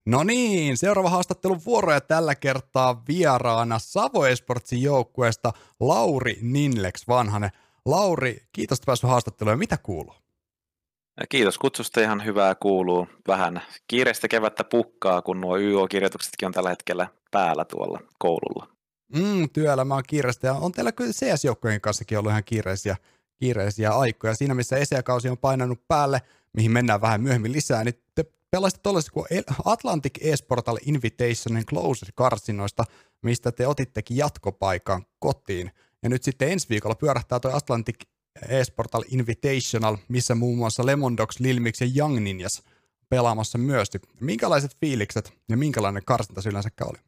No niin, seuraava haastattelun vuoro ja tällä kertaa vieraana Savo Esportsin joukkueesta Lauri Ninlex Vanhanen. Lauri, kiitos, että päässyt haastatteluun. Mitä kuuluu? Kiitos kutsusta, ihan hyvää kuuluu. Vähän kiireistä kevättä pukkaa, kun nuo YO-kirjoituksetkin on tällä hetkellä päällä tuolla koululla. Työelämä on kiireistä ja on teillä kyllä CS-joukkojen kanssakin ollut ihan kiireisiä aikoja. Siinä missä ESEA-kausi on painanut päälle, mihin mennään vähän myöhemmin lisää, niin te pelasitte tuollaisessa kuin Atlantic Esportal Invitationin Closer-karsinoista, mistä te otittekin jatkopaikan kotiin. Ja nyt sitten ensi viikolla pyörähtää toi Atlantic Esportal Invitational, missä muun muassa Lemondogs, Lilmix ja Young Ninjas pelaamassa myös. Minkälaiset fiilikset ja minkälainen karsinta se yleensäkään oli?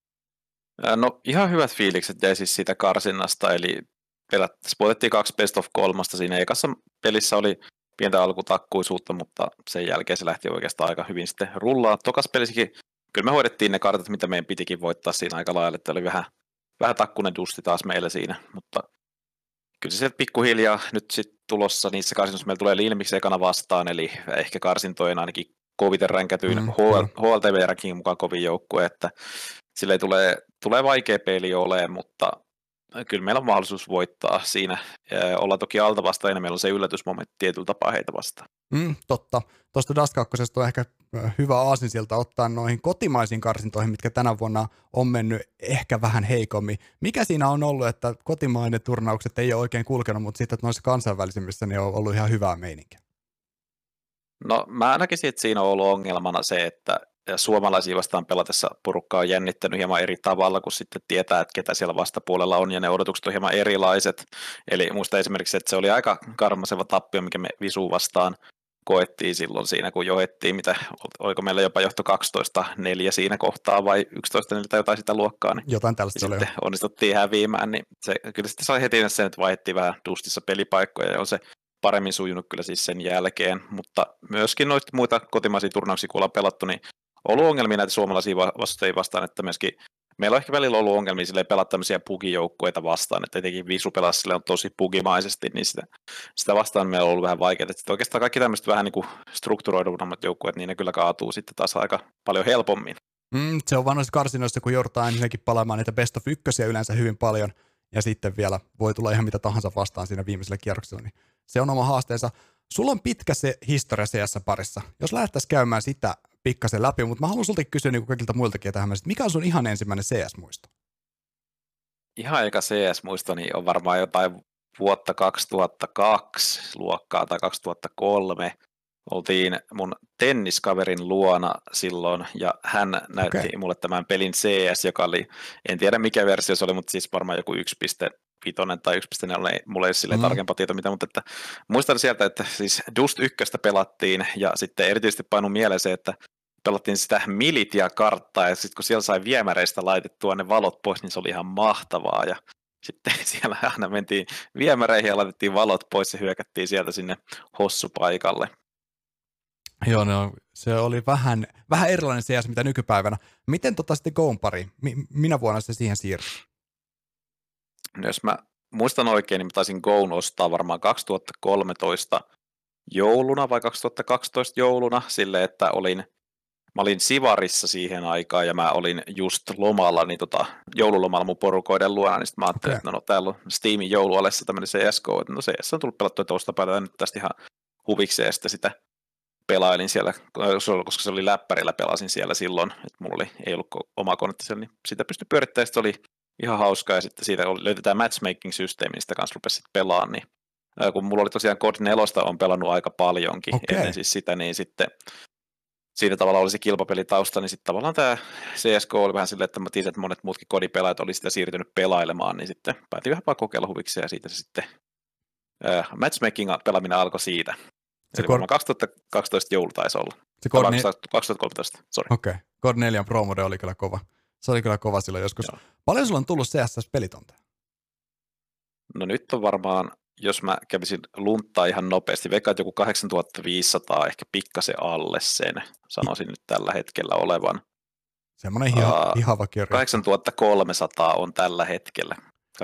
No ihan hyvät fiilikset jäi siis siitä karsinnasta, eli voitettiin 2 best of 3. Siinä ekassa pelissä oli pientä alkutakkuisuutta, mutta sen jälkeen se lähti oikeastaan aika hyvin sitten rullaa. Tokas pelissäkin, kyllä me hoidettiin ne kartat, mitä meidän pitikin voittaa siinä aika lailla, että oli vähän takkunen dusti taas meillä siinä, mutta kyllä se sieltä pikkuhiljaa nyt sitten tulossa niissä karsinnoissa meillä tulee Lilmix ekana vastaan, eli ehkä karsintojen ainakin koviten ränkätyin HLTV-rankin mukaan kovin joukkue, että sille tulee vaikea peli olemaan, mutta kyllä meillä on mahdollisuus voittaa siinä. Ollaan toki alta vastaan, meillä on se yllätysmomentti tietyllä tapaa heitä vastaan. Totta. Tuosta Dust 2 on ehkä hyvä aasinsilta ottaa noihin kotimaisiin karsintoihin, mitkä tänä vuonna on mennyt ehkä vähän heikommin. Mikä siinä on ollut, että kotimainen turnaukset ei ole oikein kulkenut, mutta sitten noissa kansainvälisimmissä niin on ollut ihan hyvää meininkiä? No mä näkisin, että siinä on ollut ongelmana se, että suomalaisia vastaan pelatessa porukka on jännittänyt hieman eri tavalla, kun sitten tietää, että ketä siellä vastapuolella on, ja ne odotukset on hieman erilaiset. Eli muista esimerkiksi, että se oli aika karmaseva tappio, mikä me Visu vastaan koettiin silloin siinä, kun johettiin, oliko meillä jopa johto 12-4 siinä kohtaa, vai 11-4 tai jotain sitä luokkaa. Niin jotain tällaista oli. Sitten onnistuttiin häviämään, niin se kyllä sitten sai heti sen, että vaihdettiin vähän dustissa pelipaikkoja, ja on se paremmin sujunut kyllä siis sen jälkeen, mutta myöskin noita muita kotimaisia turnauksia, kun ollaan pelattu, niin on ollut ongelmia näitä suomalaisia vastustajia vastaan, että myöskin meillä on ehkä välillä ollut ongelmia silleen pelata tämmöisiä pugijoukkueita vastaan, että etenkin Visu pelasi silleen on tosi pugimaisesti, niin sitä vastaan meillä on ollut vähän vaikeaa, että oikeastaan kaikki tämmöiset vähän niin kuin strukturoidummat joukkueet, niin ne kyllä kaatuu sitten taas aika paljon helpommin. Se on vaan noissa karsinoissa, kun joudutaan ensinnäkin palaamaan niitä best of ykkösiä yleensä hyvin paljon, ja sitten vielä voi tulla ihan mitä tahansa vastaan siinä viimeisellä kierroksella, niin se on oma haasteensa. Sulla on pitkä se historia CS-parissa. Jos lähdettäisiin käymään sitä pikkasen läpi, mutta mä haluan sulta kysyä niin kuin kaikilta muiltakin tähän, että mikä on sun ihan ensimmäinen CS-muisto? Ihan eka CS-muisto niin on varmaan jotain vuotta 2002 luokkaa tai 2003. Oltiin mun tenniskaverin luona silloin, ja hän näytti mulle tämän pelin CS, joka oli, en tiedä mikä versio se oli, mutta siis varmaan joku 1.5 tai 1.4, mulla ei ole silleen tarkempaa tietoa mitään, mutta että muistan sieltä, että siis Dust 1 pelattiin, ja sitten erityisesti painui mieleen se, että pelattiin sitä Militia-karttaa, ja sitten kun siellä sai viemäreistä laitettua ne valot pois, niin se oli ihan mahtavaa, ja sitten siellä aina mentiin viemäreihin ja laitettiin valot pois ja hyökättiin sieltä sinne hossupaikalle. Joo, no, se oli vähän erilainen CS mitä nykypäivänä. Miten sitten Goon-pari? Minä vuonna se siihen siirtyi? No, jos mä muistan oikein, niin mä taisin Goon ostaa varmaan 2013 jouluna vai 2012 jouluna silleen, että mä olin Sivarissa siihen aikaan ja mä olin just lomalla, niin joululomalla mun porukoiden luona, niin sitten mä ajattelin, että no täällä on Steamin joulualessa tämmöinen CSK, että no CS on tullut pelattua toista päätä nyt tästä ihan huvikseen, ja sitten sitä pelailin siellä, koska se oli läppärillä, pelasin siellä silloin, että mulla ei ollut oma konetta siellä, niin sitä pystyi pyörittämään, ja se oli ihan hauskaa, ja sitten siitä löytetään matchmaking-systeemi, niin sitä kanssa rupesi pelaamaan, niin kun mulla oli tosiaan Code 4 on pelannut aika paljonkin ennen siis sitä, niin sitten siinä tavalla oli se kilpapelitausta, niin sitten tavallaan tämä CSK oli vähän silleen, että mä tiesin, että monet muutkin kodipelaajat oli sitä siirtynyt pelailemaan, niin sitten päätin vähän vaan kokeilla huviksi, ja siitä se sitten matchmaking-pelaaminen alkoi siitä. Eli 2012 joulu taisi olla. 2013, sori. Okei. Code 4 Pro Mode oli kyllä kova. Se oli kyllä kova silloin joskus. Joo. Paljon sulla on tullut CSS-pelitonteja? No nyt on varmaan, jos mä kävisin lunttaa ihan nopeasti, veikkaan joku 8500, ehkä pikkasen alle sen, sanoisin nyt tällä hetkellä olevan. Semmoinen ihava kirja. 8300 on tällä hetkellä,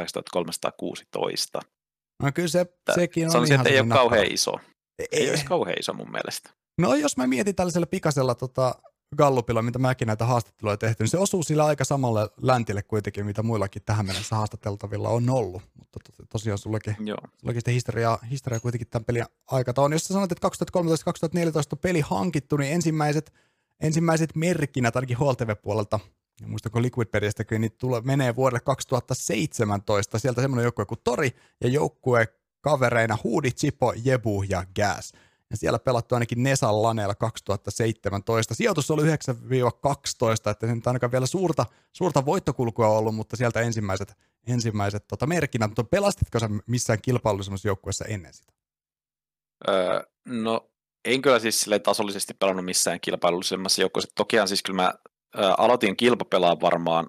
8316. No kyllä sekin on sanoisin, ihan että ei ole kauhean iso. Ei olisi kauhean iso mun mielestä. No jos mä mietin tällaisella pikasella Gallupilla, mitä mäkin näitä haastatteluja tehty, niin se osuu sillä aika samalle läntille kuitenkin, mitä muillakin tähän mennessä haastateltavilla on ollut. Mutta tosiaan sullakin sitä historiaa kuitenkin tämän pelin aikataulun. Jos sä sanot, että 2013-2014 peli hankittu, niin ensimmäiset merkinnät ainakin HLTV-puolelta, muistanko Liquid-pelistäkin, niin menee vuodelle 2017. Sieltä semmoinen joukkue kuin Tori ja joukkue kavereina Huudi, Chipo, Jebu ja Gas. Ja siellä pelattu ainakin Nesan laneella 2017. Sijoitus oli 9-12, että se nyt ainakaan vielä suurta voittokulkua ollut, mutta sieltä ensimmäiset merkinnät. Mutta pelastitko sä missään kilpailullisemmassa joukkueessa ennen sitä? No, en kyllä siis silleen tasollisesti pelannut missään kilpailullisemmassa joukkueessa. Tokihan siis kyllä mä aloitin kilpapelaa varmaan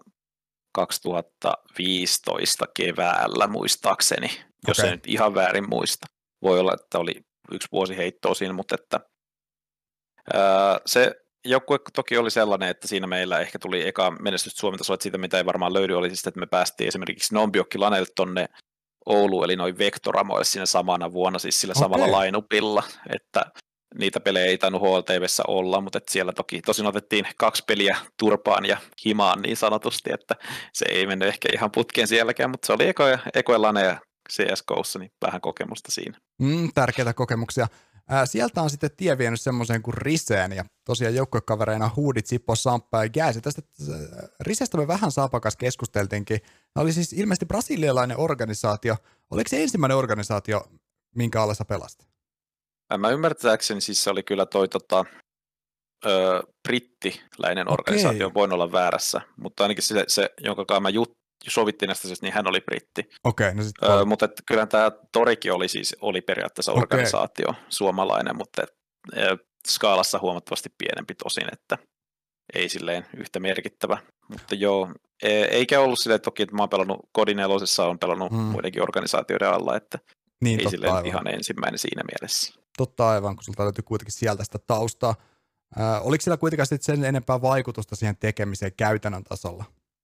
2015 keväällä muistaakseni, jos en nyt ihan väärin muista. Voi olla, että oli 1 vuosi heittoa siinä, mutta että se joukkue toki oli sellainen, että siinä meillä ehkä tuli eka menestystä Suomi-tasolla, että siitä mitä ei varmaan löydy, oli siis, että me päästiin esimerkiksi Nombiokki-laneelle tonne Ouluun, eli noin Vektoramoille siinä samana vuonna, siis sillä samalla lineupilla, että niitä pelejä ei tainnut HLTVssä olla, mutta että siellä tosin otettiin 2 peliä turpaan ja himaan niin sanotusti, että se ei mennyt ehkä ihan putkeen sielläkään, mutta se oli ekoja laneja CSGOssa, niin vähän kokemusta siinä. Tärkeitä kokemuksia. Sieltä on sitten tie vienyt semmoiseen kuin Riseen, ja tosiaan joukkuekavereina Huudi, Zippo, Samppa ja Gääsi. Tästä Risestä me vähän Saapakas keskusteltiinkin. Tämä oli siis ilmeisesti brasilialainen organisaatio. Oliko se ensimmäinen organisaatio, minkä alla sä pelasit? Mä ymmärtääkseni siis se oli kyllä toi brittiläinen organisaatio, voin olla väärässä, mutta ainakin se jonka kanssa mä sovittiin näistä, niin hän oli britti. No mutta kyllä tämä Torikin oli periaatteessa organisaatio suomalainen, mutta skaalassa huomattavasti pienempi tosin, että ei silleen yhtä merkittävä. Mutta joo, eikä ollut silleen toki, että mä oon pelannut Kodin 4:ssä, on pelannut muidenkin organisaatioiden alla, että niin, ei silleen ihan ensimmäinen siinä mielessä. Totta aivan, kun sulta löytyy kuitenkin sieltä sitä taustaa. Oliko sillä kuitenkaan sen enempää vaikutusta siihen tekemiseen käytännön tasolla?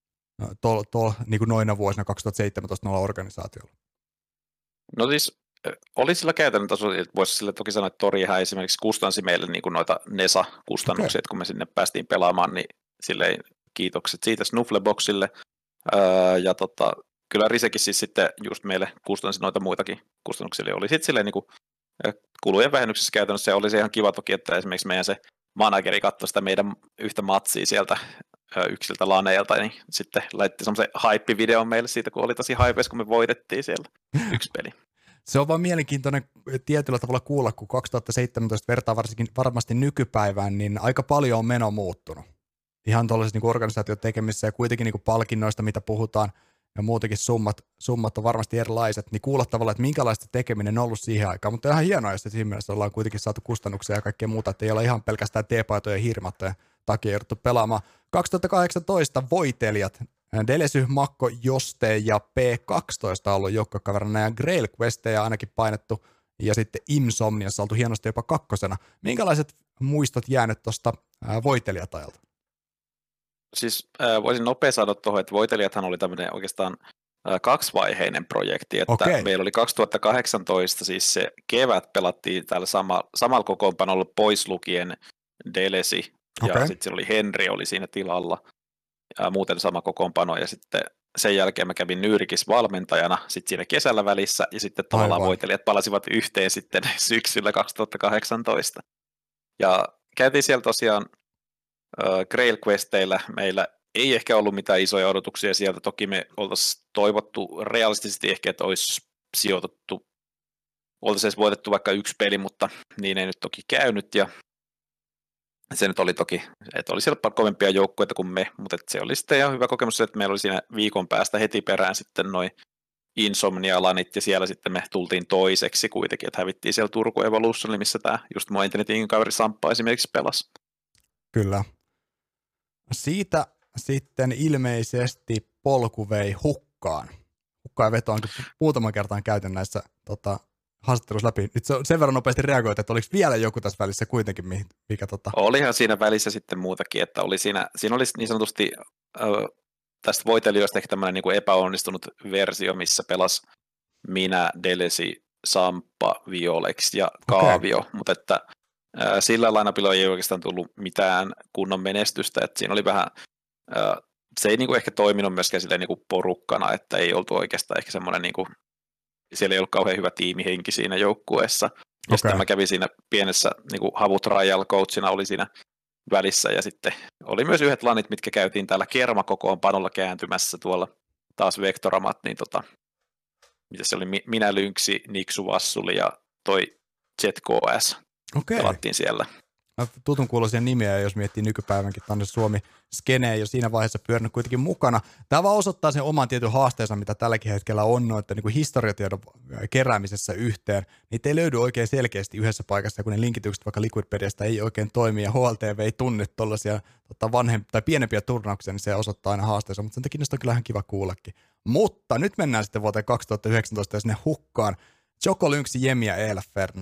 Niin kuin noina vuosina 2017 noilla organisaatioilla? No siis oli sillä käytännön tasolla, että voisi sille toki sanoa, että Torihan esimerkiksi kustansi meille niin kuin noita NESA-kustannuksia, että kun me sinne päästiin pelaamaan, niin silleen kiitokset siitä Snuffleboxille. Ja kyllä Risekin siis sitten just meille kustansi noita muitakin kustannuksia, eli oli sitten silleen niin kuin kulujen vähennyksessä käytännössä, ja oli se ihan kiva toki, että esimerkiksi meidän se manageri katsoi sitä meidän yhtä matsia sieltä yksiltä laneilta, niin sitten laitti semmoisen hype-videon meille siitä, kun oli tosi hypeis, kun me voitettiin siellä 1 peli. Se on vaan mielenkiintoinen tietyllä tavalla kuulla, kun 2017 vertaa varmasti nykypäivään, niin aika paljon on meno muuttunut. Ihan tuollaisessa niin organisaation tekemisessä ja kuitenkin niin palkinnoista, mitä puhutaan, ja muutenkin summat on varmasti erilaiset, niin kuulla tavallaan, että minkälaista tekeminen on ollut siihen aikaan, mutta ihan hienoa, että siinä mielessä ollaan kuitenkin saatu kustannuksia ja kaikkea muuta, että ei ole ihan pelkästään T-paitoja ja hirmattoja takia jouduttu pelaamaan. 2018 voitelijat, Delesy, Makko, Joste ja P12 on ollut joukkokaverina ja Grail Questeja ainakin painettu ja sitten Insomniassa oltu hienosti jopa 2. Minkälaiset muistot jäänyt tuosta voitelijatajalta? Siis voisin nopea sanoa tuohon, että voitelijathan oli tämmöinen oikeastaan 2-vaiheinen projekti, että meillä oli 2018 siis se kevät pelattiin täällä samalla kokoonpanolla pois lukien Delesi ja sitten oli Henri oli siinä tilalla ja muuten sama kokoonpano ja sitten sen jälkeen mä kävin Nyrkis valmentajana sitten siinä kesällä välissä ja sitten tavallaan voitelijat palasivat yhteen sitten syksyllä 2018 ja käytiin siellä tosiaan Grail Questeillä meillä ei ehkä ollut mitään isoja odotuksia sieltä, toki me oltaisiin toivottu realistisesti ehkä, että olisi sijoitettu, oltaisiin edes voitettu vaikka 1 peli, mutta niin ei nyt toki käynyt ja se nyt oli toki, että oli siellä kovempia joukkueita kuin me, mutta se oli sitten ihan hyvä kokemus, että meillä oli siinä viikon päästä heti perään sitten noin Insomnia-lanit ja siellä sitten me tultiin toiseksi kuitenkin, että hävittiin siellä Turku Evolutionille, missä tämä just mun entinen tiimin Samppa esimerkiksi pelasi. Kyllä. Siitä sitten ilmeisesti polku vei hukkaan. Hukkaan veto on muutaman kertaan käyty näissä haastattelussa läpi. Nyt sen verran nopeasti reagoit, että oliko vielä joku tässä välissä kuitenkin, mikä Olihan siinä välissä sitten muutakin, että oli siinä oli niin sanotusti tästä voitelijoista ehkä tämmöinen niin kuin epäonnistunut versio, missä pelasi minä, Delesi, Samppa, Violex ja Kaavio, mutta että Sillä lainapilla ei oikeastaan tullut mitään kunnon menestystä, että siinä oli vähän, se ei niinku ehkä toiminut myöskään silleen niinku porukkana, että ei oltu oikeastaan ehkä semmoinen, niinku, siellä ei ollut kauhean hyvä tiimihenki siinä joukkueessa. Ja sitten mä kävin siinä pienessä niinku havutrajal coachina oli siinä välissä, ja sitten oli myös yhdet lanit, mitkä käytiin täällä kermakokoonpanolla kääntymässä tuolla taas Vectoramat, niin mitä se oli, minä Lynksi, Niksu Vassuli ja toi Jet KS. Pelattiin siellä. Tutun kuuloisia nimiä, jos miettii nykypäivänkin tänne Suomi-skeneen ei ole siinä vaiheessa pyörinyt kuitenkin mukana. Tämä vaan osoittaa sen oman tietyn haasteensa, mitä tälläkin hetkellä on, että niin kuin historiatiedon keräämisessä yhteen, niitä ei löydy oikein selkeästi yhdessä paikassa, kun ne linkitykset vaikka Liquidpediasta ei oikein toimi ja HLTV ei tunne tuollaisia tai pienempiä turnauksia, niin se osoittaa aina haasteensa, mutta sen takia on kyllä ihan kiva kuullakin. Mutta nyt mennään sitten vuoteen 2019 ja sinne hukkaan. Choco, Lynx, Jemi ja Elfern.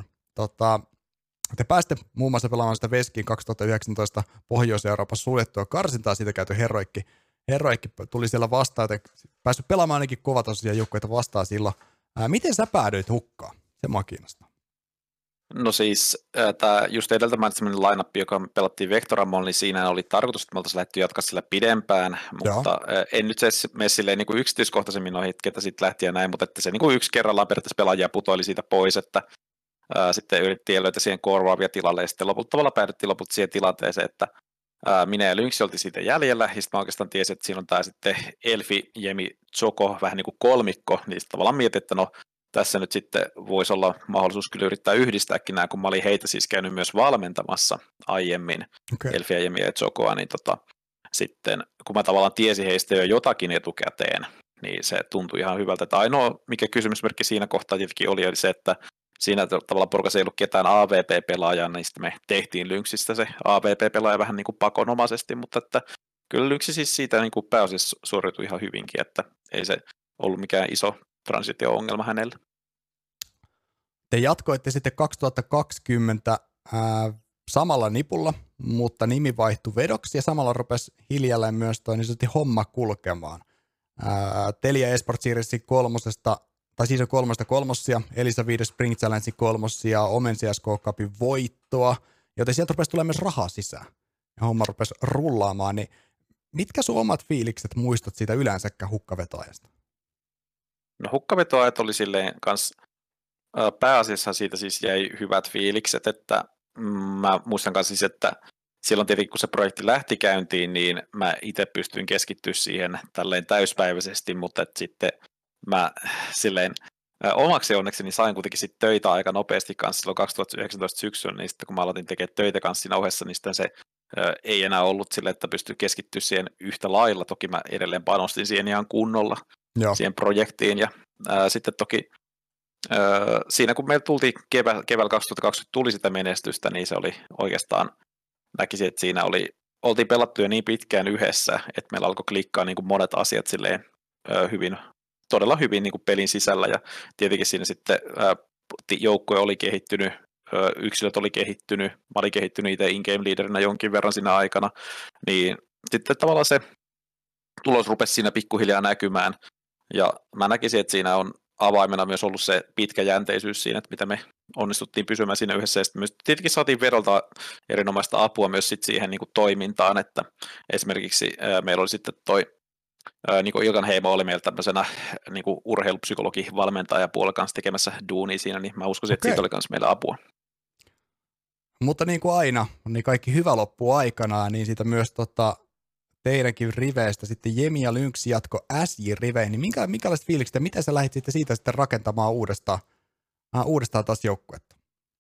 Te pääsitte muun muassa pelaamaan sitä Veskiin 2019 Pohjois-Euroopassa suljettua karsintaa, siitä käyty Heroikki tuli siellä vastaan, että päässyt pelaamaan ainakin kovatasoisia joukkoita vastaan silloin. Miten sä päädyit hukkaan? Se mua kiinnostaa. No siis, tämä just edeltä mainitsemani line-up, joka pelattiin Vectoramolla, niin siinä oli tarkoitus, että me oltaisiin lähdetty jatkaa sillä pidempään, mutta en nyt mene silleen niin kuin yksityiskohtaisemmin noihin, ketä sitten lähti ja näin, mutta että se niin kuin yksi kerrallaan periaatteessa pelaajia putoili siitä pois, että sitten yritettiin löytää siihen korvaavia tilalle, ja sitten lopulta päädyttiin lopulta siihen tilanteeseen, että minä ja Lynx oltiin siitä jäljellä, ja sitten mä oikeastaan tiesin, että siinä on tämä sitten Elfi, Jemi, Choco, vähän niin kuin kolmikko, niin sitten tavallaan mietin, että no tässä nyt sitten voisi olla mahdollisuus kyllä yrittää yhdistääkin nämä, kun mä olin heitä siis käynyt myös valmentamassa aiemmin, Elfiä, Jemiä ja Chocoa, niin sitten kun mä tavallaan tiesin heistä jo jotakin etukäteen, niin se tuntui ihan hyvältä, että ainoa mikä kysymysmerkki siinä kohtaa tietenkin oli se, että siinä tavallaan porukassa ei ollut ketään AVP-pelaajaa, niin sitten me tehtiin Lynxistä se AVP-pelaaja vähän niin kuin pakonomaisesti, mutta että kyllä Lynxi siis siitä niin kuin pääasiassa suoriutui ihan hyvinkin, että ei se ollut mikään iso transitio-ongelma hänelle. Te jatkoitte sitten 2020 samalla nipulla, mutta nimi vaihtui Vedoksi ja samalla rupesi hiljalleen myös toi niin sanotusti homma kulkemaan. Telia Esport siirsi kolmosesta tai season 3 Elisa 5 Spring Challenge 3 ja Omen CS:GO Cupin voittoa, joten sieltä rupesi tulemaan myös rahaa sisään. Ja homma rupesi rullaamaan, niin mitkä sun omat fiilikset muistat siitä yleensäkään hukkavetoajasta? No hukkavetoajat oli silleen kans, pääasiassa siitä siis jäi hyvät fiilikset, että mä muistan kanssa siis, että silloin tietenkin kun se projekti lähti käyntiin, niin mä itse pystyin keskittyä siihen tälleen täyspäiväisesti, mutta että sitten mä silleen omaksi onnekseni sain kuitenkin sit töitä aika nopeasti kanssa silloin 2019 syksyllä, niin sitten kun mä aloitin tekemään töitä kanssa siinä ohessa, niin sitten se ei enää ollut sille, että pystyi keskittyä siihen yhtä lailla. Toki mä edelleen panostin siihen ihan kunnolla, siihen projektiin, ja sitten toki siinä kun meillä tultiin keväällä 2020 tuli sitä menestystä, niin se oli oikeastaan, näkisin, että siinä oltiin pelattu jo niin pitkään yhdessä, että meillä alkoi klikkaa niin kuin monet asiat silleen todella hyvin niin kuin pelin sisällä, ja tietenkin siinä sitten joukkue oli kehittynyt, yksilöt oli kehittynyt, mä olin kehittynyt itse in-game leaderinä jonkin verran siinä aikana, niin sitten tavallaan se tulos rupesi siinä pikkuhiljaa näkymään, ja mä näkisin, että siinä on avaimena myös ollut se pitkäjänteisyys siinä, että mitä me onnistuttiin pysymään siinä yhdessä, ja sitten myös tietenkin saatiin Vedolta erinomaista apua myös sit siihen niin kuin toimintaan, että esimerkiksi meillä oli sitten toi Niko Ilkanheimo oli meillä tämmöisenä niin kuin urheilupsykologi-valmentaja puolella kanssa tekemässä duunia siinä, niin mä uskoisin, että siitä oli myös meillä apua. Mutta niin kuin aina, niin kaikki hyvä loppuu aikanaan, niin siitä myös teidänkin riveistä sitten Jemi ja Lynx jatko SJ-riveihin, niin minkälaiset fiilikset ja miten sä lähdit siitä sitten rakentamaan uudestaan taas joukkuetta?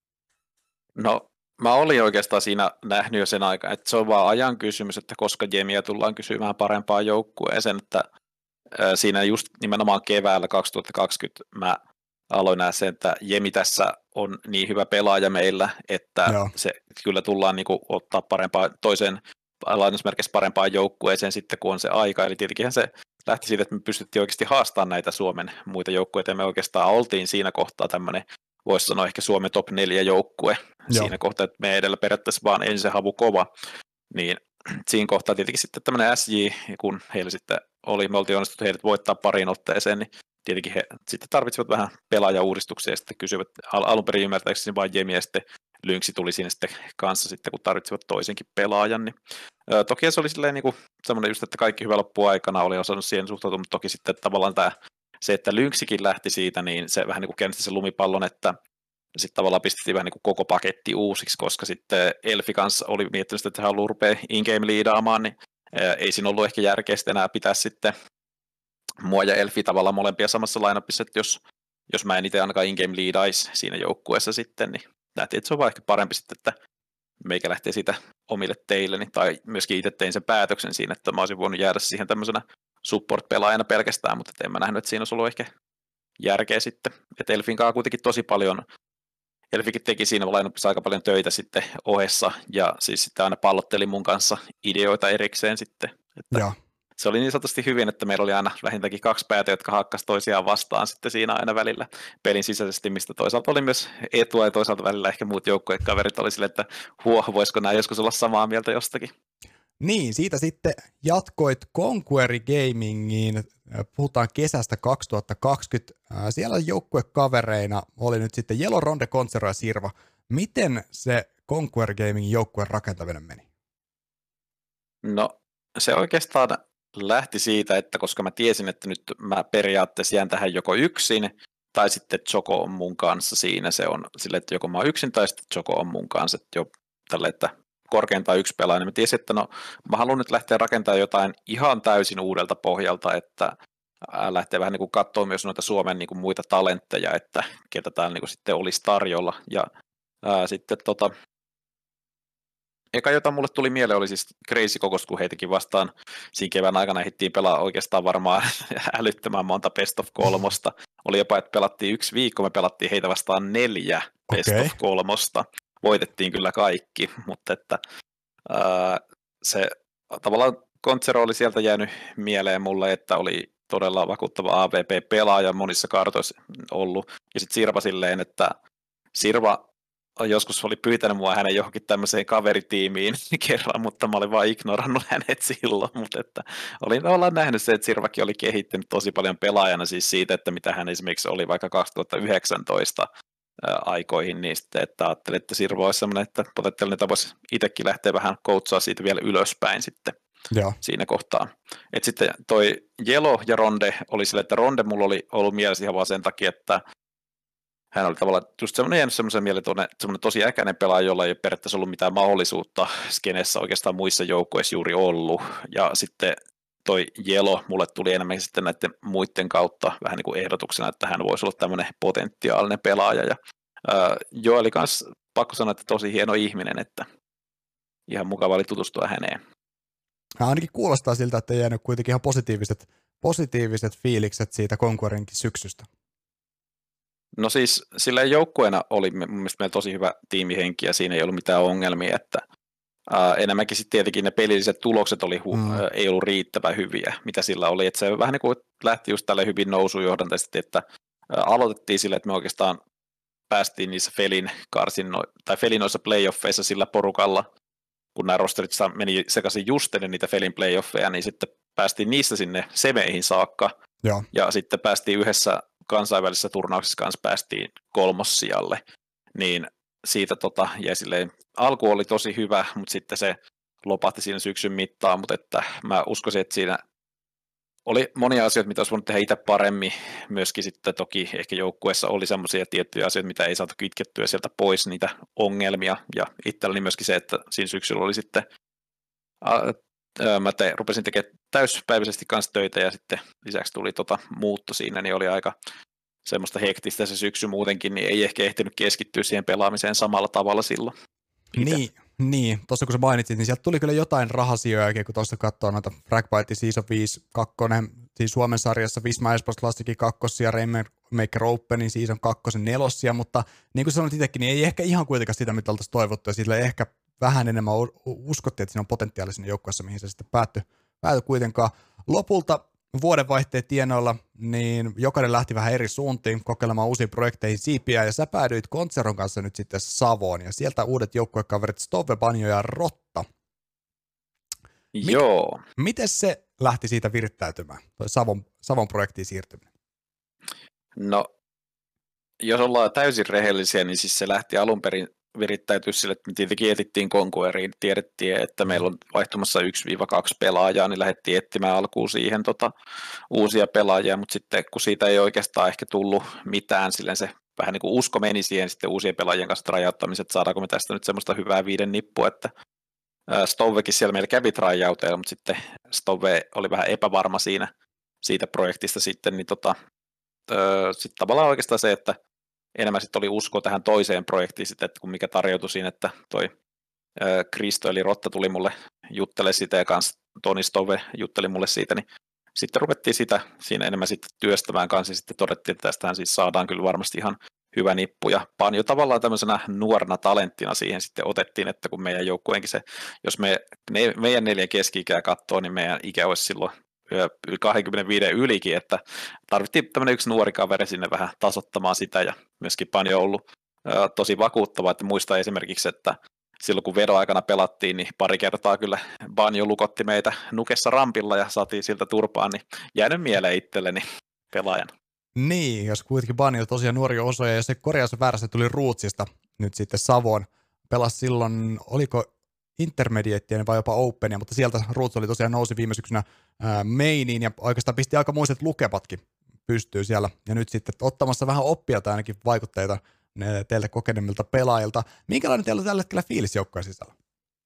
No mä olin oikeastaan siinä nähnyt jo sen aikaa, että se on vaan ajan kysymys, että koska Jemiä tullaan kysymään parempaa joukkueeseen, että siinä just nimenomaan keväällä 2020 mä aloin nähdä sen, että Jemi tässä on niin hyvä pelaaja meillä, että se kyllä tullaan niin kuin ottaa toiseen lainausmerkeissä parempaan joukkueeseen sitten, kun on se aika. Eli tietenkin se lähti siitä, että me pystyttiin oikeasti haastamaan näitä Suomen muita joukkueita, ja me oikeastaan oltiin siinä kohtaa tämmöinen, voisi sanoa ehkä Suomen top 4 joukkue siinä kohtaa, että me edellä periaatteessa vaan ensin havu kova, niin siinä kohtaa tietenkin sitten tämmöinen SJ, kun heillä sitten me oltiin onnistuttu heidät voittaa pariin otteeseen, niin tietenkin he sitten tarvitsivat vähän pelaajauudistuksia ja sitten kysyivät alun perin ymmärtääkseni vain Jemi ja sitten Lynxi tuli siinä sitten kanssa sitten, kun tarvitsivat toisenkin pelaajan. Niin, toki se oli silleen niin semmoinen just, että kaikki hyvä loppuaikana oli osannut siihen suhtautua, mutta toki sitten tavallaan se, että Lynxikin lähti siitä, niin se vähän niin kuin käynnisti sen lumipallon, että sitten tavallaan pistettiin vähän niin kuin koko paketti uusiksi, koska sitten Elfi kanssa oli miettinyt, että hän haluaa rupea in-game liidaamaan, niin ei siinä ollut ehkä järkeä enää pitää sitten mua ja Elfi tavallaan molempia samassa lineupissa, että jos mä en itse ainakaan in-game liidaisi siinä joukkueessa sitten, niin nähtiin, että se on vaan ehkä parempi sitten, että meikä lähtee siitä omille teilleni, tai myöskin itse tein sen päätöksen siinä, että mä olisin voinut jäädä siihen tämmöisenä support-pelaajana pelkästään, mutta en mä nähnyt, että siinä olisi ollut ehkä järkeä sitten. Että Elfin kanssa kuitenkin tosi paljon, Elfikin teki siinä lineupissa aika paljon töitä sitten ohessa, ja siis sitten aina pallotteli mun kanssa ideoita erikseen sitten. Että se oli niin sanotusti hyvin, että meillä oli aina vähintäänkin 2 päätä, jotka hakkas toisiaan vastaan sitten siinä aina välillä pelin sisäisesti, mistä toisaalta oli myös etua ja toisaalta välillä ehkä muut joukkuekaverit oli silleen, että voisiko nämä joskus olla samaa mieltä jostakin. Niin, siitä sitten jatkoit Conquer Gamingiin, puhutaan kesästä 2020, siellä joukkuekavereina oli nyt sitten Jelo, Ronde, Conzero ja Sirva. Miten se Conquer Gamingin joukkueen rakentaminen meni? No se oikeastaan lähti siitä, että koska mä tiesin, että nyt mä periaatteessa jään tähän joko yksin, tai sitten Joko on mun kanssa siinä. Se on silleen, että joko mä oon yksin, tai sitten Joko on mun kanssa. Että jo tälle, että korkeintaan 1 pelaaja. Niin mä tiesin, että no mä haluan nyt lähteä rakentamaan jotain ihan täysin uudelta pohjalta, että lähtee vähän niin kuin katsoa myös noita Suomen niin kuin muita talentteja, että ketä täällä niin kuin sitten olisi tarjolla. Ja sitten eka, jota mulle tuli mieleen, oli siis Crazy Kokos, kun heitäkin vastaan siinä kevään aikana ehdittiin pelaa oikeastaan varmaan älyttömän monta best of 3. Oli jopa, että pelattiin 1 viikko, me pelattiin heitä vastaan 4 best of 3. Voitettiin kyllä kaikki, mutta että se tavallaan Conzero oli sieltä jäänyt mieleen mulle, että oli todella vakuuttava AVP-pelaaja monissa kartoissa ollut. Ja sitten Sirva silleen, että Sirva joskus oli pyytänyt mua hänen johonkin tämmöiseen kaveritiimiin kerran, mutta mä olin vaan ignorannut hänet silloin, mutta että ollaan nähnyt se, että Sirvakin oli kehittynyt tosi paljon pelaajana siis siitä, että mitä hän esimerkiksi oli vaikka 2019 aikoihin, niin sitten, että ajattelin, että Sirva olisi sellainen, että potentiaalinen voisi itsekin lähteä vähän coachaa siitä vielä ylöspäin sitten siinä kohtaa. Että sitten toi Jelo ja Ronde oli sille, että Ronde mulla oli ollut mielessä ihan vaan sen takia, että hän oli tavallaan just semmoisen mieleen, semmoinen tosi äkäinen pelaaja, jolla ei ole periaatteessa ollut mitään mahdollisuutta skenessä oikeastaan muissa joukkoissa juuri ollut. Ja sitten toi Jelo mulle tuli enemmän sitten näiden muiden kautta vähän niin kuin ehdotuksena, että hän voisi olla tämmöinen potentiaalinen pelaaja. Ja Joeli kanssa pakko sanoa, että tosi hieno ihminen, että ihan mukava oli tutustua häneen. Ainakin kuulostaa siltä, että ei jäänyt kuitenkin ihan positiiviset fiilikset siitä Conquerinkin syksystä. No siis silleen joukkueena oli mun mielestä meillä tosi hyvä tiimihenki ja siinä ei ollut mitään ongelmia, että enemmänkin sitten tietenkin ne pelilliset tulokset ei ollut riittävän hyviä, mitä sillä oli, että se vähän niin kuin lähti just tälle hyvin nousujohdantaisesti, että aloitettiin sille, että me oikeastaan päästiin niissä Felin noissa playoffeissa sillä porukalla, kun nämä rosterit meni sekaisin just ennen niitä Felin playoffeja, niin sitten päästiin niistä sinne semeihin saakka, ja sitten päästiin yhdessä kansainvälisessä turnauksessa kanssa päästiin 3. sijalle, niin siitä jäi silleen, alku oli tosi hyvä, mutta sitten se lopahti siinä syksyn mittaan, mutta että mä uskoisin, että siinä oli monia asioita, mitä olisi voinut tehdä itse paremmin, myöskin sitten toki ehkä joukkueessa oli semmoisia tiettyjä asioita, mitä ei saatu kitkettyä sieltä pois, niitä ongelmia, ja itselläni myöskin se, että siinä syksyllä oli sitten mä rupesin tekemään täyspäiväisesti kanssa töitä ja sitten lisäksi tuli muutto siinä, niin oli aika semmoista hektistä se syksy muutenkin, niin ei ehkä ehtinyt keskittyä siihen pelaamiseen samalla tavalla silloin. Niin, tuossa kun sä mainitsit, niin sieltä tuli kyllä jotain rahasijoja, kun tuossa katsoo noita Fragbite Season 5 2, siis Suomen sarjassa Visma Esports Classicin 2 ja Rainmaker Openin Season 2 4, mutta niin kuin sanoit itsekin, niin ei ehkä ihan kuitenkaan sitä, mitä oltaisiin toivottu, ja sillä ehkä vähän enemmän uskottiin, että siinä on potentiaalisia joukkueessa, mihin se sitten päättyi kuitenkaan. Lopulta vuodenvaihteen tienoilla, niin jokainen lähti vähän eri suuntiin kokeilemaan uusiin projekteihin siipiä, ja sä päädyit Conzeron kanssa nyt sitten Savoon, ja sieltä uudet joukkuekaverit Stove, Banjo ja Rotta. Joo. Miten se lähti siitä virittäytymään, toi Savon projektiin siirtyminen? No, jos ollaan täysin rehellisiä, niin siis se lähti alun perin virittäytyä sille, että me tietenkin etittiin Conqueriin, tiedettiin, että meillä on vaihtumassa 1-2 pelaajaa, niin lähdettiin etsimään alkuun siihen uusia pelaajia, mutta sitten kun siitä ei oikeastaan ehkä tullut mitään, silleen se vähän niin kuin usko meni siihen sitten uusien pelaajien kanssa tryouttamisen, että saadaanko me tästä nyt semmoista hyvää 5 nippua, että Stovekin siellä meillä kävi tryouteilla, mutta sitten Stove oli vähän epävarma siitä projektista sitten, niin sitten tavallaan oikeastaan se, että enemmän sitten oli usko tähän toiseen projektiin sitten, että kun mikä tarjoutui siinä, että toi Kristo eli Rotta tuli mulle juttele sitä ja kanssa Toni Stove jutteli mulle siitä, niin sitten ruvettiin sitä siinä enemmän sitten työstämään kanssa ja sitten todettiin, että tästähän siis saadaan kyllä varmasti ihan hyvä nippu ja Panjo tavallaan tämmöisenä nuorena talenttina siihen sitten otettiin, että kun meidän joukkueenkin se, jos meidän 4 keski-ikää katsoo, niin meidän ikä olisi silloin 25 ylikin, että tarvittiin tämmöinen yksi nuori kaveri sinne vähän tasoittamaan sitä ja myöskin Panjo on ollut tosi vakuuttava, että muistaa esimerkiksi, että silloin kun vedon aikana pelattiin, niin pari kertaa kyllä Banjo lukotti meitä nukessa rampilla ja saatiin siltä turpaan, niin jäänyt mieleen itselleni pelaajan. Niin, jos kuitenkin Banjo tosiaan nuori osaaja ja se korjaus väärässä tuli Rootsista nyt sitten Savon. Pelasi silloin, oliko intermediattia vai jopa openia, mutta sieltä Roots oli tosiaan nousi viime syksynä mainiin ja oikeastaan pisti aika muiset lukepatkin pystyy siellä. Ja nyt sitten ottamassa vähän oppia tai ainakin vaikutteita teiltä kokeneemmilta pelaajilta. Minkälainen teillä on tällä hetkellä fiilis joukkueen sisällä?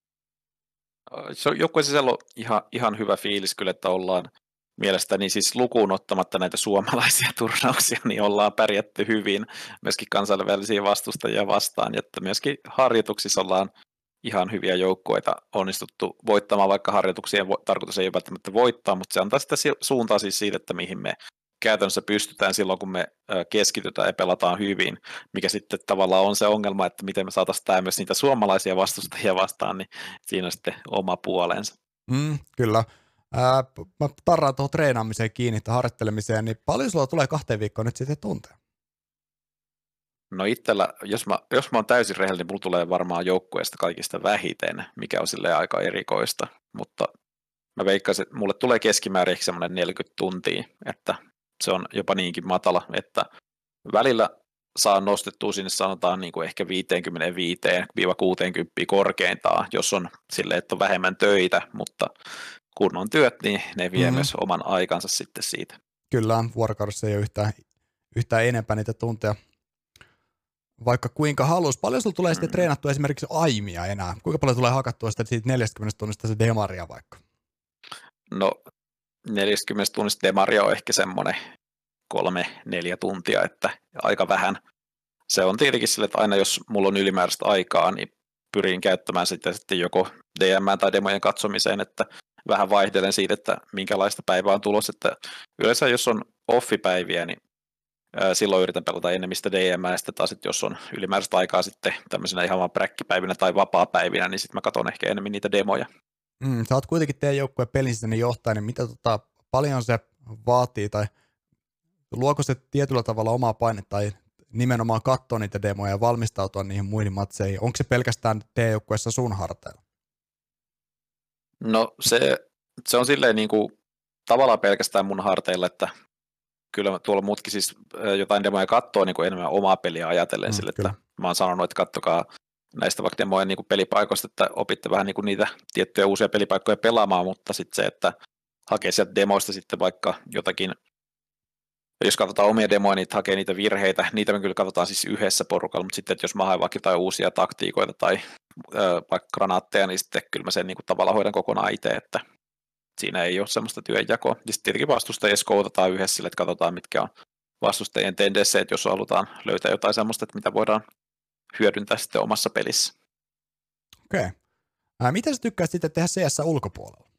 Joukkueen sisällä on ihan hyvä fiilis kyllä, että ollaan mielestäni siis lukuun ottamatta näitä suomalaisia turnauksia, niin ollaan pärjätty hyvin myöskin kansainvälisiä vastustajia vastaan, ja että myöskin harjoituksissa ollaan ihan hyviä joukkueita onnistuttu voittamaan, vaikka harjoituksien tarkoitus ei ole välttämättä voittaa, mutta se antaa sitä suuntaa siis siitä, että mihin me käytännössä pystytään silloin, kun me keskitytään ja pelataan hyvin, mikä sitten tavallaan on se ongelma, että miten me saataisiin tämä myös niitä suomalaisia vastustajia vastaan, niin siinä on sitten oma puolensa. Kyllä. Mä tarraan tuohon treenaamiseen kiinni tai harjoittelemiseen, niin paljon sulla tulee 2 viikkoa nyt sitten tunteja? No itsellä, jos mä oon täysin rehellinen, niin mulla tulee varmaan joukkueesta kaikista vähiten, mikä on silleen aika erikoista, mutta mä veikkaisin, että mulle tulee keskimäärin ehkä semmoinen 40 tuntia, että se on jopa niinkin matala, että välillä saa nostettua sinne sanotaan niin kuin ehkä 55-60 korkeintaan, jos on silleen, että on vähemmän töitä, mutta kun on työt, niin ne vie myös oman aikansa sitten siitä. Kyllä, vuorokaudessa ei ole yhtään enempää niitä tunteja, vaikka kuinka haluaisi. Paljon sulla tulee sitten treenattua esimerkiksi aimia enää? Kuinka paljon tulee hakattua sitten siitä 40 tunnista se demaria vaikka? No 40 tunnista demaria on ehkä semmoinen 3-4 tuntia, että aika vähän. Se on tietenkin sille, että aina jos mulla on ylimääräistä aikaa, niin pyrin käyttämään sitä sitten joko DM tai demojen katsomiseen, että vähän vaihtelen siitä, että minkälaista päivää on tulossa. Että yleensä jos on offipäiviä, niin silloin yritän pelata enemmän sitä DM, ja sitten taas, että jos on ylimääräistä aikaa sitten tämmöisenä ihan vaan präkkipäivinä tai vapaa-päivinä, niin sitten mä katson ehkä enemmän niitä demoja. Sä oot kuitenkin teidän joukkueen pelisisäinen johtaja, niin mitä paljon se vaatii, tai luoko se tietyllä tavalla omaa painetta, tai nimenomaan katsoa niitä demoja ja valmistautua niihin muihin matseihin? Onko se pelkästään teidän joukkueessa sun harteilla? No se on silleen niin kuin tavallaan pelkästään mun harteilla, että kyllä tuolla muutkin siis jotain demoja katsoo niin kuin enemmän omaa peliä ajatellen sille, että mä oon sanonut, että kattokaa näistä vaikka demojen niin kuin pelipaikoista, että opitte vähän niin kuin niitä tiettyjä uusia pelipaikkoja pelaamaan, mutta sitten se, että hakee sieltä demoista sitten vaikka jotakin, jos katsotaan omia demoja, niin hakee niitä virheitä, niitä me kyllä katsotaan siis yhdessä porukalla, mutta sitten, että jos mä haen vaikka jotain uusia taktiikoita tai vaikka granaatteja, niin sitten kyllä mä sen niin kuin tavallaan hoidan kokonaan itse, että siinä ei ole semmoista työnjakoa. Ja sitten tietenkin vastustajia skoutetaan yhdessä sille, että katsotaan, mitkä on vastustajien tendensseet, jos halutaan löytää jotain semmoista, että mitä voidaan hyödyntää sitten omassa pelissä. Okei. Miten sä tykkäät sitten tehdä CS ulkopuolella?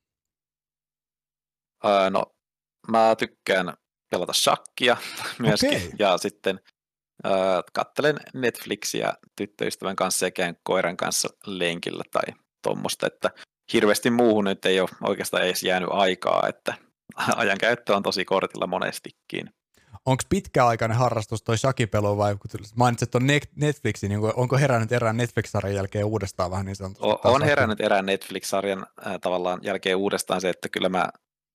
No, mä tykkään pelata shakkia myöskin, ja sitten katselen Netflixiä tyttöystävän kanssa ja käyn koiran kanssa lenkillä tai tuommoista, että hirveästi muuhun nyt ei ole oikeastaan edes jäänyt aikaa, että ajankäyttö on tosi kortilla monestikin. Onko pitkäaikainen harrastus toi shakipelu vai kun mainitsit tuon Netflixin, niin onko herännyt erään Netflix-sarjan jälkeen uudestaan vähän niin sanotusti? On herännyt erään Netflix-sarjan tavallaan jälkeen uudestaan se, että kyllä mä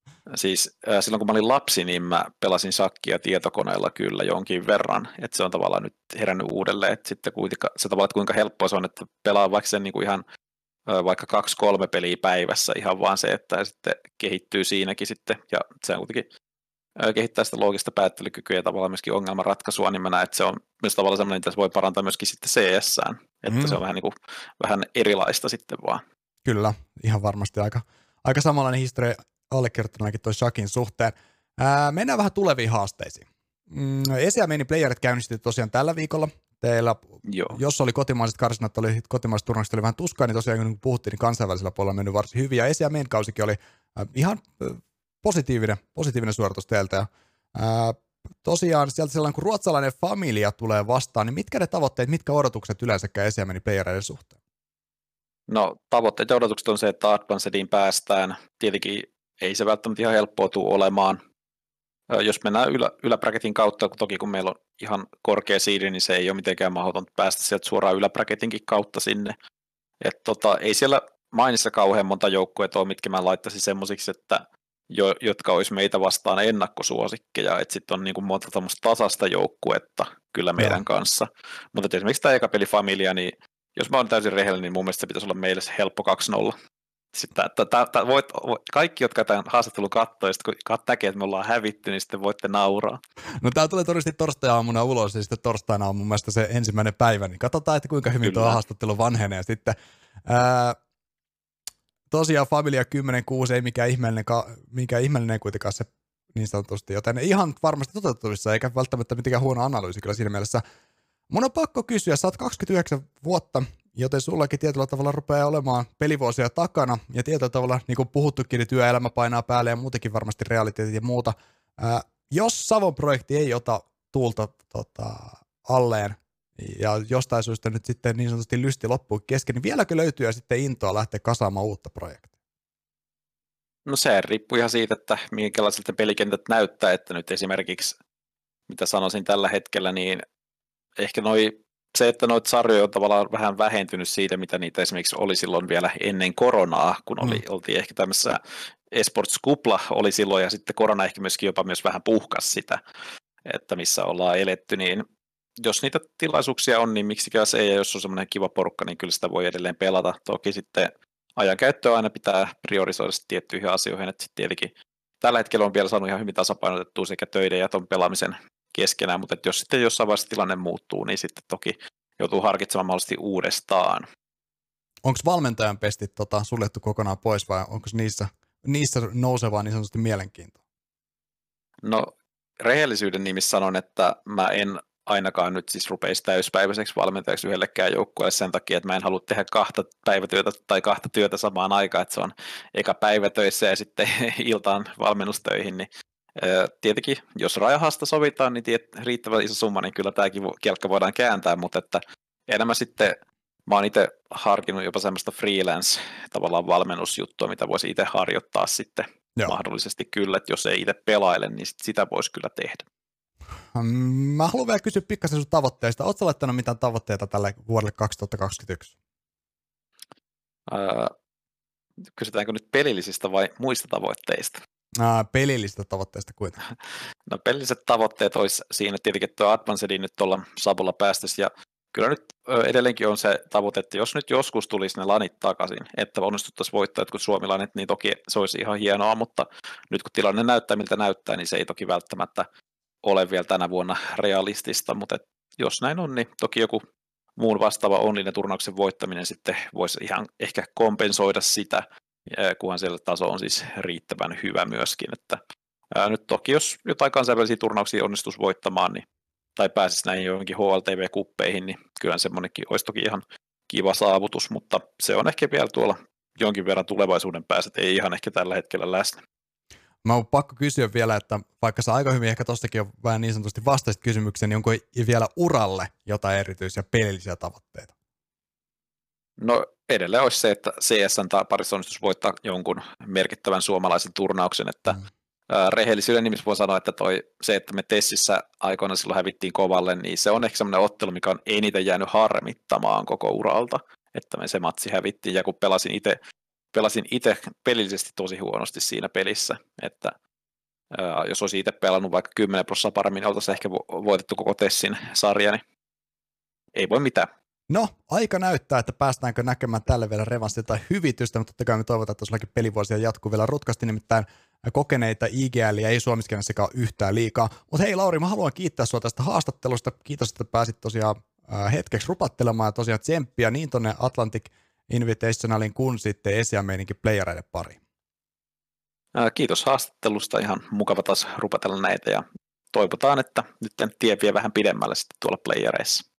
Siis silloin kun mä olin lapsi, niin mä pelasin shakkia tietokoneella kyllä jonkin verran, että se on tavallaan nyt herännyt uudelleen, että sitten se tavallaan, että kuinka helppoa se on, että pelaa vaikka sen niin kuin ihan vaikka 2-3 peliä päivässä ihan vaan se, että sitten kehittyy siinäkin sitten, ja se on kuitenkin kehittää sitä loogista päättelykykyä ja tavallaan myöskin ongelmanratkaisua, niin mä näen, että se on myös tavallaan sellainen, että se voi parantaa myöskin sitten CS-ään, että se on vähän, niin kuin, vähän erilaista sitten vaan. Kyllä, ihan varmasti aika samanlainen historia allekirjoittaneellakin toi Shakin suhteen. Mennään vähän tuleviin haasteisiin. ESEA Mainin playerit käynnistettiin tosiaan tällä viikolla. Teillä, jos oli kotimaiset karsinat, kotimaiset turnukset oli vähän tuskaa, niin tosiaan kun puhuttiin, niin kansainvälisellä puolella on mennyt varsin hyvin. Ja ESEA Main kausikin oli ihan positiivinen suoritus teiltä. Ja, tosiaan sieltä sellainen, kun ruotsalainen familia tulee vastaan, niin mitkä ne tavoitteet, mitkä odotukset yleensäkään ESEA Mainin playereiden suhteen? No tavoitteet ja odotukset on se, että Advancediin päästään. Tietenkin ei se välttämättä ihan helppoa tule olemaan. Jos mennään yläbracketin kautta, toki kun meillä on ihan korkea seedi, niin se ei ole mitenkään mahdotonta päästä sieltä suoraan yläbracketinkin kautta sinne. Ei siellä mainissa kauhean monta joukkuetta ole, mitkä mä laittaisin semmoisiksi, että jotka olisi meitä vastaan ennakkosuosikkeja, että sitten on niin kuin monta tämmöistä tasasta joukkuetta kyllä meidän kanssa. Mutta esimerkiksi tämä eka peli Familia, niin jos mä oon täysin rehellinen, niin mun mielestä se pitäisi olla meille se helppo 2-0. Sitten, kaikki, jotka tämän haastattelun katsoo, ja sitten kun näkee, että me ollaan hävitty, niin sitten voitte nauraa. No tää tulee todennäköisesti torstai-aamuna ulos, ja sitten torstaina on mun mielestä se ensimmäinen päivä, niin katsotaan, että kuinka hyvin tuo haastattelu vanhenee. Sitten, tosiaan Familia 10-6 ei mikään ihmeellinen kuitenkaan se niin sanotusti, joten ihan varmasti toteuttavissa, eikä välttämättä mitenkään huono analyysi kyllä siinä mielessä. Mun on pakko kysyä, sä oot 29 vuotta, joten sullakin tietyllä tavalla rupeaa olemaan pelivuosia takana, ja tietyllä tavalla, niin kuin puhuttukin, niin työelämä painaa päälle ja muutenkin varmasti realiteetit ja muuta. Jos Savon projekti ei ota tuulta alleen, ja jostain syystä nyt sitten niin sanotusti lysti loppuu kesken, niin vieläkö löytyy sitten intoa lähteä kasaamaan uutta projektia? No se riippuu ihan siitä, että minkälaisilta pelikentät näyttää, että nyt esimerkiksi, mitä sanoisin tällä hetkellä, niin ehkä se, että noita sarjoja on tavallaan vähän vähentynyt siitä, mitä niitä esimerkiksi oli silloin vielä ennen koronaa, kun oltiin ehkä tämmöisessä esports-kupla oli silloin, ja sitten korona ehkä myöskin jopa myös vähän puhkasi sitä, että missä ollaan eletty, niin jos niitä tilaisuuksia on, niin miksikään se ei, ja jos on semmoinen kiva porukka, niin kyllä sitä voi edelleen pelata. Toki sitten ajankäyttöä aina pitää priorisoida tiettyihin asioihin, että sitten tietenkin tällä hetkellä on vielä saanut ihan hyvin tasapainotettua sekä töiden ja ton pelaamisen keskenään, mutta jos sitten jossain vaiheessa tilanne muuttuu, niin sitten toki joutuu harkitsemaan mahdollisesti uudestaan. Onko valmentajan pestit suljettu kokonaan pois vai onko niissä nousevaa niin sanotusti mielenkiintoa? No rehellisyyden nimissä sanon, että mä en ainakaan nyt siis rupeisi täyspäiväiseksi valmentajaksi yhdellekään joukkueelle sen takia, että mä en halua tehdä 2 päivätyötä tai 2 työtä samaan aikaan, että se on eka päivätöissä ja sitten iltaan valmennustöihin, niin tietenkin, jos rajahasta sovitaan, niin riittävän iso summa, niin kyllä tämäkin kelkka voidaan kääntää, mutta että enemmän sitten mä oon itse harkinnut jopa semmoista freelance tavallaan valmennusjuttua, mitä voisi itse harjoittaa sitten mahdollisesti kyllä, että jos ei itse pelaile, niin sitä voisi kyllä tehdä. Mä haluan vielä kysyä pikkasen sun tavoitteista. Ootko laittanut mitään tavoitteita tälle vuodelle 2021? Kysytäänkö nyt pelillisistä vai muista tavoitteista? Pelillisistä tavoitteista kuitenkin. No pelilliset tavoitteet olisi siinä tietenkin, että tuo Advancediin nyt tuolla Sabolla päästäisiin, ja kyllä nyt edelleenkin on se tavoite, että jos nyt joskus tulisi ne lanit takaisin, että onnistuttaisiin voittaa jotkut suomilanit, niin toki se olisi ihan hienoa, mutta nyt kun tilanne näyttää miltä näyttää, niin se ei toki välttämättä ole vielä tänä vuonna realistista, mutta jos näin on, niin toki joku muun vastaava onninen turnauksen voittaminen sitten voisi ihan ehkä kompensoida sitä, kunhan siellä taso on siis riittävän hyvä myöskin, että nyt toki jos jotain kansainvälisiä turnauksia onnistuisi voittamaan, niin, tai pääsisi näihin johonkin HLTV-kuppeihin, niin kyllä semmoinenkin olisi toki ihan kiva saavutus, mutta se on ehkä vielä tuolla jonkin verran tulevaisuuden päässä, että ei ihan ehkä tällä hetkellä läsnä. Mä oon pakko kysyä vielä, että vaikka sä aika hyvin ehkä tostakin on vähän niin sanotusti vastaisit kysymykseen, niin onko vielä uralle jotain erityisiä pelillisiä tavoitteita? No edelleen olisi se, että CS:n parissa onnistus voittaa jonkun merkittävän suomalaisen turnauksen, että rehellisyyden nimissä voi sanoa, että se, että me Tessissä aikoina silloin hävittiin kovalle, niin se on ehkä semmoinen ottelu, mikä on eniten jäänyt harmittamaan koko uralta, että me se matsi hävittiin, ja kun pelasin itse pelasin itse pelillisesti tosi huonosti siinä pelissä, että jos olisi itse pelannut vaikka 10% paremmin, niin oltaisiin ehkä voitettu koko Tessin sarja, niin ei voi mitään. No, aika näyttää, että päästäänkö näkemään tälle vielä revanssia tai hyvitystä, mutta totta kai me toivotaan, että tosiaankin pelivuosia jatkuu vielä rutkasti, nimittäin kokeneita IGLiä ei Suomiskenässäkään yhtään liikaa. Mutta hei Lauri, mä haluan kiittää sinua tästä haastattelusta. Kiitos, että pääsit tosiaan hetkeksi rupattelemaan ja tosiaan tsemppiä niin tonne Atlantic Invitationalin kuin sitten Esia-meininkin playereiden pariin. Kiitos haastattelusta, ihan mukava taas rupatella näitä ja toivotaan, että nyt tie vie vähän pidemmälle sitten tuolla playereissa.